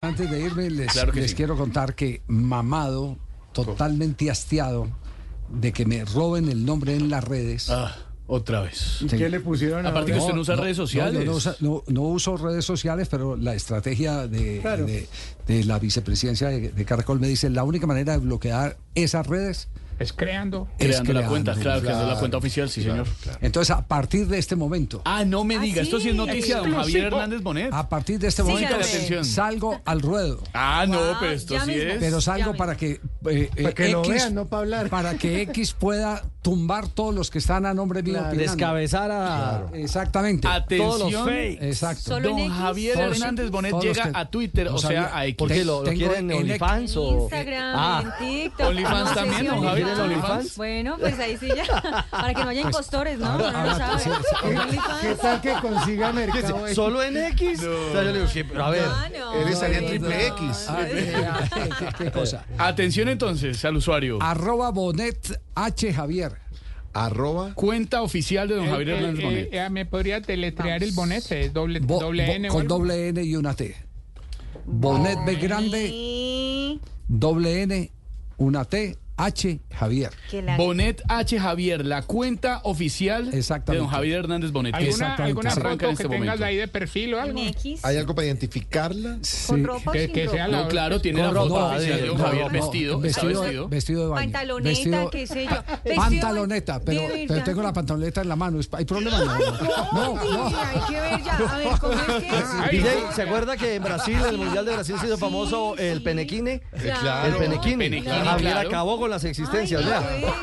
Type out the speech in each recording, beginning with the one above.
Antes de irme, les sí. quiero contar que mamado, totalmente hastiado de que me roben el nombre en las redes. Otra vez. ¿Y qué le pusieron a Aparte que usted no usa redes sociales. Yo no uso redes sociales, pero la estrategia de la vicepresidencia de Caracol me dice la única manera de bloquear esas redes es creando la cuenta, creando la cuenta oficial, sí, señor. Entonces, a partir de este momento... no me diga, esto sí es noticia, don Javier Hernández Bonet. A partir de este momento salgo al ruedo. No, pero esto sí es... Pero salgo para que... para que lo vean, no para hablar. Para que X pueda tumbar todos los que están a nombre mío. Descabezar a... Exactamente. Atención. Todos los fakes. Exacto. Don Javier Hernández Bonet llega a Twitter, o sea, a X. ¿Por qué lo quieren en OnlyFans o...? Instagram, en TikTok. ¿OnlyFans también, don Javier? ¿OnlyFans? Bueno, pues ahí sí ya. Para que no haya impostores, ¿no? Uno no sabe. ¿Qué tal que consiga mercado? ¿Solo en X? O sea, yo le digo, sí, pero a ver. Eres salía triple X. ¿Qué cosa? Atención entonces al usuario. @Bonet H. Javier. Cuenta oficial de don Javier Hernández Bonet. ¿Me podría deletrear el Bonet? Doble N. Con doble N y una T. Bonet B grande, doble N, una T, H. Javier. Bonet H. Javier, la cuenta oficial de don Javier Hernández Bonet. ¿Alguna foto que tengas ahí de perfil o algo? ¿Hay algo para identificarla? ¿Con ropa o sin que sea ropa? No, claro, tiene la foto oficial de don Javier vestido. Vestido de baño. Pantaloneta, qué sé yo. Pantaloneta, pero tengo la pantaloneta en la mano. ¿Hay problema? No, hay que ver ya. A ver, ¿cómo es que es? DJ, ¿se acuerda que en Brasil, en el Mundial de Brasil, se hizo famoso el penequine? Claro. El penequine. Javier acabó con las existencias ya.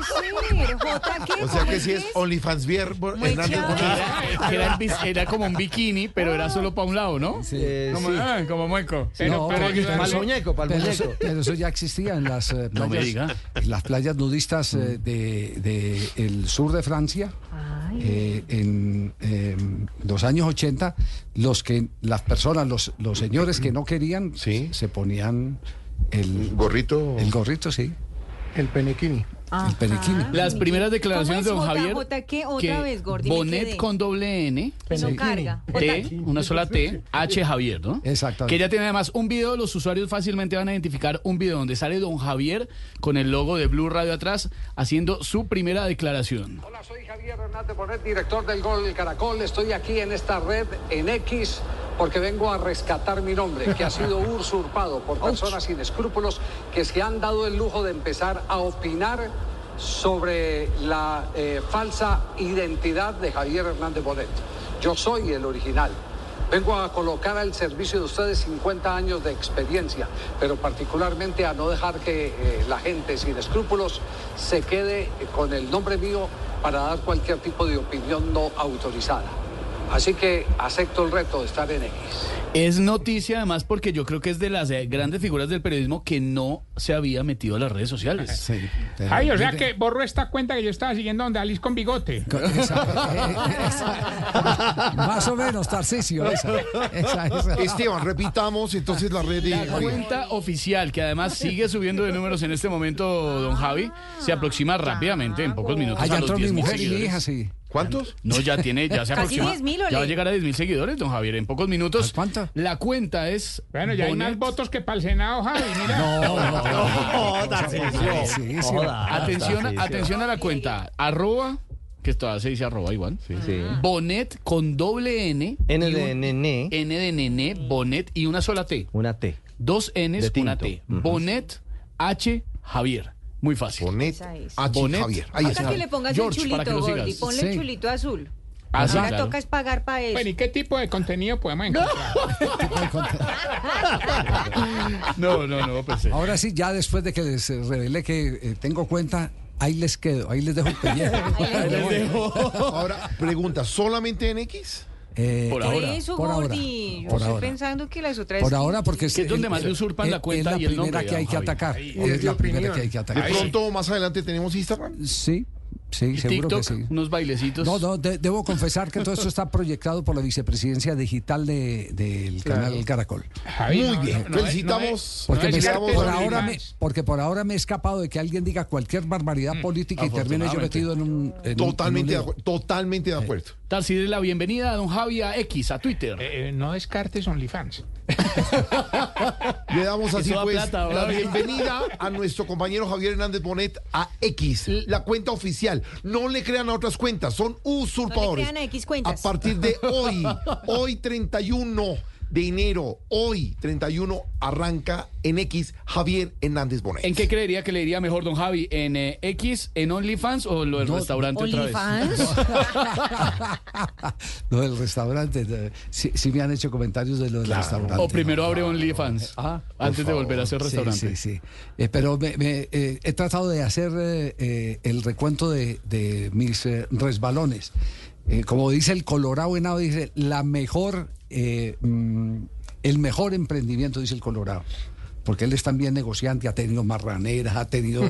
O sea que si es OnlyFans Hernández Bonet. Era como un bikini, pero era solo para un lado, ¿no? Sí. Como mueco. Para el muñeco. Pero eso ya existía en las playas, en las playas nudistas de el sur de Francia. En los años 80, las personas, los señores que no querían, se ponían el gorrito, sí. El penequini. El penequini. Las primeras declaraciones de don Javier. Otra vez, Gordy, Bonet con doble N. No carga. T, una sola T, H. Javier, ¿no? Exactamente. Que ya tiene además un video, los usuarios fácilmente van a identificar un video donde sale don Javier con el logo de Blue Radio atrás haciendo su primera declaración. Hola, soy Javier Hernández Bonet, director del Gol Caracol. Estoy aquí en esta red en X porque vengo a rescatar mi nombre, que ha sido usurpado por personas sin escrúpulos que se han dado el lujo de empezar a opinar sobre la falsa identidad de Javier Hernández Bonet. Yo soy el original. Vengo a colocar al servicio de ustedes 50 años de experiencia, pero particularmente a no dejar que la gente sin escrúpulos se quede con el nombre mío para dar cualquier tipo de opinión no autorizada. Así que acepto el reto de estar en X. Es noticia además porque yo creo que es de las grandes figuras del periodismo que no se había metido a las redes sociales. Sí, o sea que borró esta cuenta que yo estaba siguiendo donde Alice con bigote. Más o menos, Tarcisio. Esa. Esteban, repitamos entonces la red de la cuenta oficial, que además sigue subiendo de números en este momento, don Javi, se aproxima rápidamente, en pocos minutos, ya a los entró mi 10.000 mujer seguidores. y mi hija, sí. ¿Cuántos? No, ya se aproxima. 10.000, ya va a llegar a 10.000 seguidores, don Javier, en pocos minutos. ¿Cuánto? La cuenta es... Bueno, ya hay más votos que para el Senado, Javi, mira. Atención a la cuenta. @ que todavía se dice @ igual. Bonet con doble N. N de nene. N de nene, Bonet y una sola T. Una T. 2 Ns, una T. Bonet H. Javier. Muy fácil. Bonet H. Bonet. Javier. Ahí Falta está. que le pongas George, el para que chulito, lo Gordy. sigas. Ponle el chulito azul. Ah, sí, Ahora claro. toca es pagar para eso. Bueno, ¿y qué tipo de contenido podemos encontrar? No, pues. Ahora sí, ya después de que les revelé que tengo cuenta, ahí les quedo, ahí les dejo el pellejo. Ahora, pregunta, ¿solamente en X? Por ahora. Eso, por ahora, Gordy. Yo por estoy ahora. pensando que las otras... Por ahora, porque Que es donde más le usurpan la cuenta es y el nombre, primera que hay don que Javi. atacar. Ahí, Es la primera que hay que De atacar. pronto, más adelante, ¿tenemos Instagram? Sí, seguro TikTok, que sí. unos bailecitos. No, debo confesar que todo esto está proyectado por la vicepresidencia digital del canal Caracol. Javi, Muy bien, felicitamos. Porque por ahora me he escapado de que alguien diga cualquier barbaridad política y termine yo metido en un Totalmente de acuerdo. Tarsi, la bienvenida a don Javi a X, a Twitter. no descartes OnlyFans. Le damos así Eso da pues plata, la ¿verdad? bienvenida a nuestro compañero Javier Hernández Bonet a X, la cuenta oficial. No le crean a otras cuentas, son usurpadores. No le crean a X cuentas. A partir de hoy 31 de enero, hoy 31 arranca en X Javier Hernández Bonet. ¿En qué creería que le iría mejor, don Javi? ¿En X, en OnlyFans o lo del restaurante otra vez? ¿OnlyFans? Lo del restaurante, sí me han hecho comentarios de lo del restaurante. O primero abre OnlyFans antes de volver a hacer restaurante. Sí. Pero he tratado de hacer el recuento de mis resbalones. Como dice el Colorado Henao, dice el mejor emprendimiento, dice el Colorado. Porque él es también negociante, ha tenido marraneras, ha tenido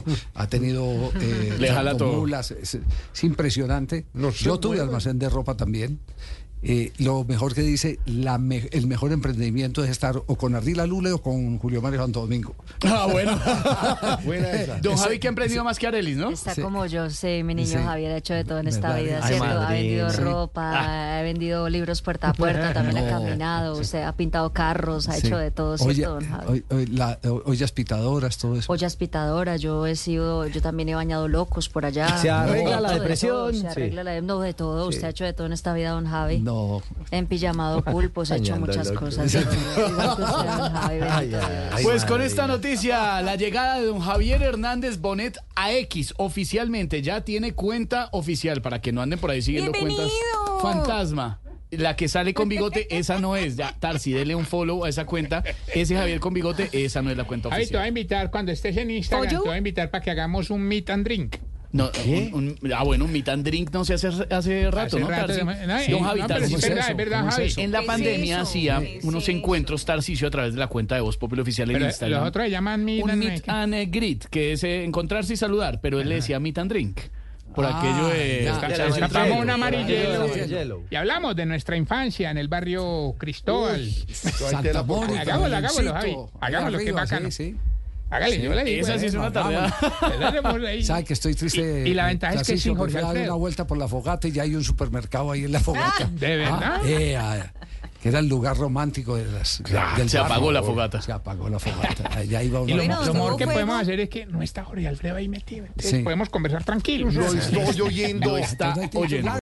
Le jala todo. mulas, es impresionante. Yo tuve almacén de ropa también. Lo mejor que dice, el mejor emprendimiento es estar o con Ardila Lule o con Julio Mario Santo Domingo. Ah, bueno. Buena esa. Don Javi, que ha emprendido más que Arelis, ¿no? Está como yo, sí, mi niño Sí. Javier ha hecho de todo en esta ¿Verdad? vida, Ay, ¿cierto? Ha madre, vendido sí. ropa, ha vendido libros puerta a puerta, también ha caminado, usted ha pintado carros, ha hecho de todo, ¿cierto, don Javi? Ollas pitadoras, todo eso. Ollas pitadoras, yo también he bañado locos por allá. Se arregla la De todo, depresión, se sí. arregla de todo, usted ha hecho de todo en esta vida, don Javi. No. Empillamado pulpos, ha hecho Bañando muchas locos. cosas. Igual que usted, don Javi, bendito Dios. Pues con esta noticia, la llegada de don Javier Hernández Bonet a X oficialmente ya tiene cuenta oficial para que no anden por ahí siguiendo cuentas ¡Bienvenido! fantasma. La que sale con bigote, esa no es. Ya, Tarsi, dele un follow a esa cuenta. Ese Javier con bigote, esa no es la cuenta Javi, te voy a oficial. invitar, cuando estés en Instagram, ¿Pollo? te voy a invitar para que hagamos un meet and drink. No, bueno, un meet and drink no se hace hace rato, Hace ¿no, rato, Tarsi? no, Don Javi, no, pero Tarsi, sí, ¿cómo es verdad, eso? es verdad, ¿Cómo es Javi. eso? en la ¿Qué es pandemia eso? hacía ¿Qué es unos eso? encuentros Tarcisio a través de la cuenta de Voz Populi Oficial en Pero Instagram. los otros se llaman meet Un and meet drink. and greet, que es encontrarse y saludar, pero él le decía meet and drink. Por aquello de... ya. Destapamos un amarillelo Hielo. y hablamos de nuestra infancia en el barrio Cristóbal. Santa Mónica, Hagámoslo, Belloncito, Javi. ahí Hagámoslo, qué arriba, bacano. sí. Hágale, yo le digo. Esa sí es una tarea. ¿Sabe que estoy triste? Y la ventaja es que Tarcisio, sin porque Jorge fui a dar Alfredo. una vuelta por la fogata y ya hay un supermercado ahí en la fogata. ¿De verdad? Que era el lugar romántico del Se barrio. apagó la fogata. Se apagó la fogata. Allá iba Y lo, uno. Bueno, lo mejor ¿tuvo que fuego? podemos hacer es que no está Jorge Alfredo ahí metido. Entonces Sí. podemos conversar tranquilos. Lo estoy oyendo. Lo está oyendo.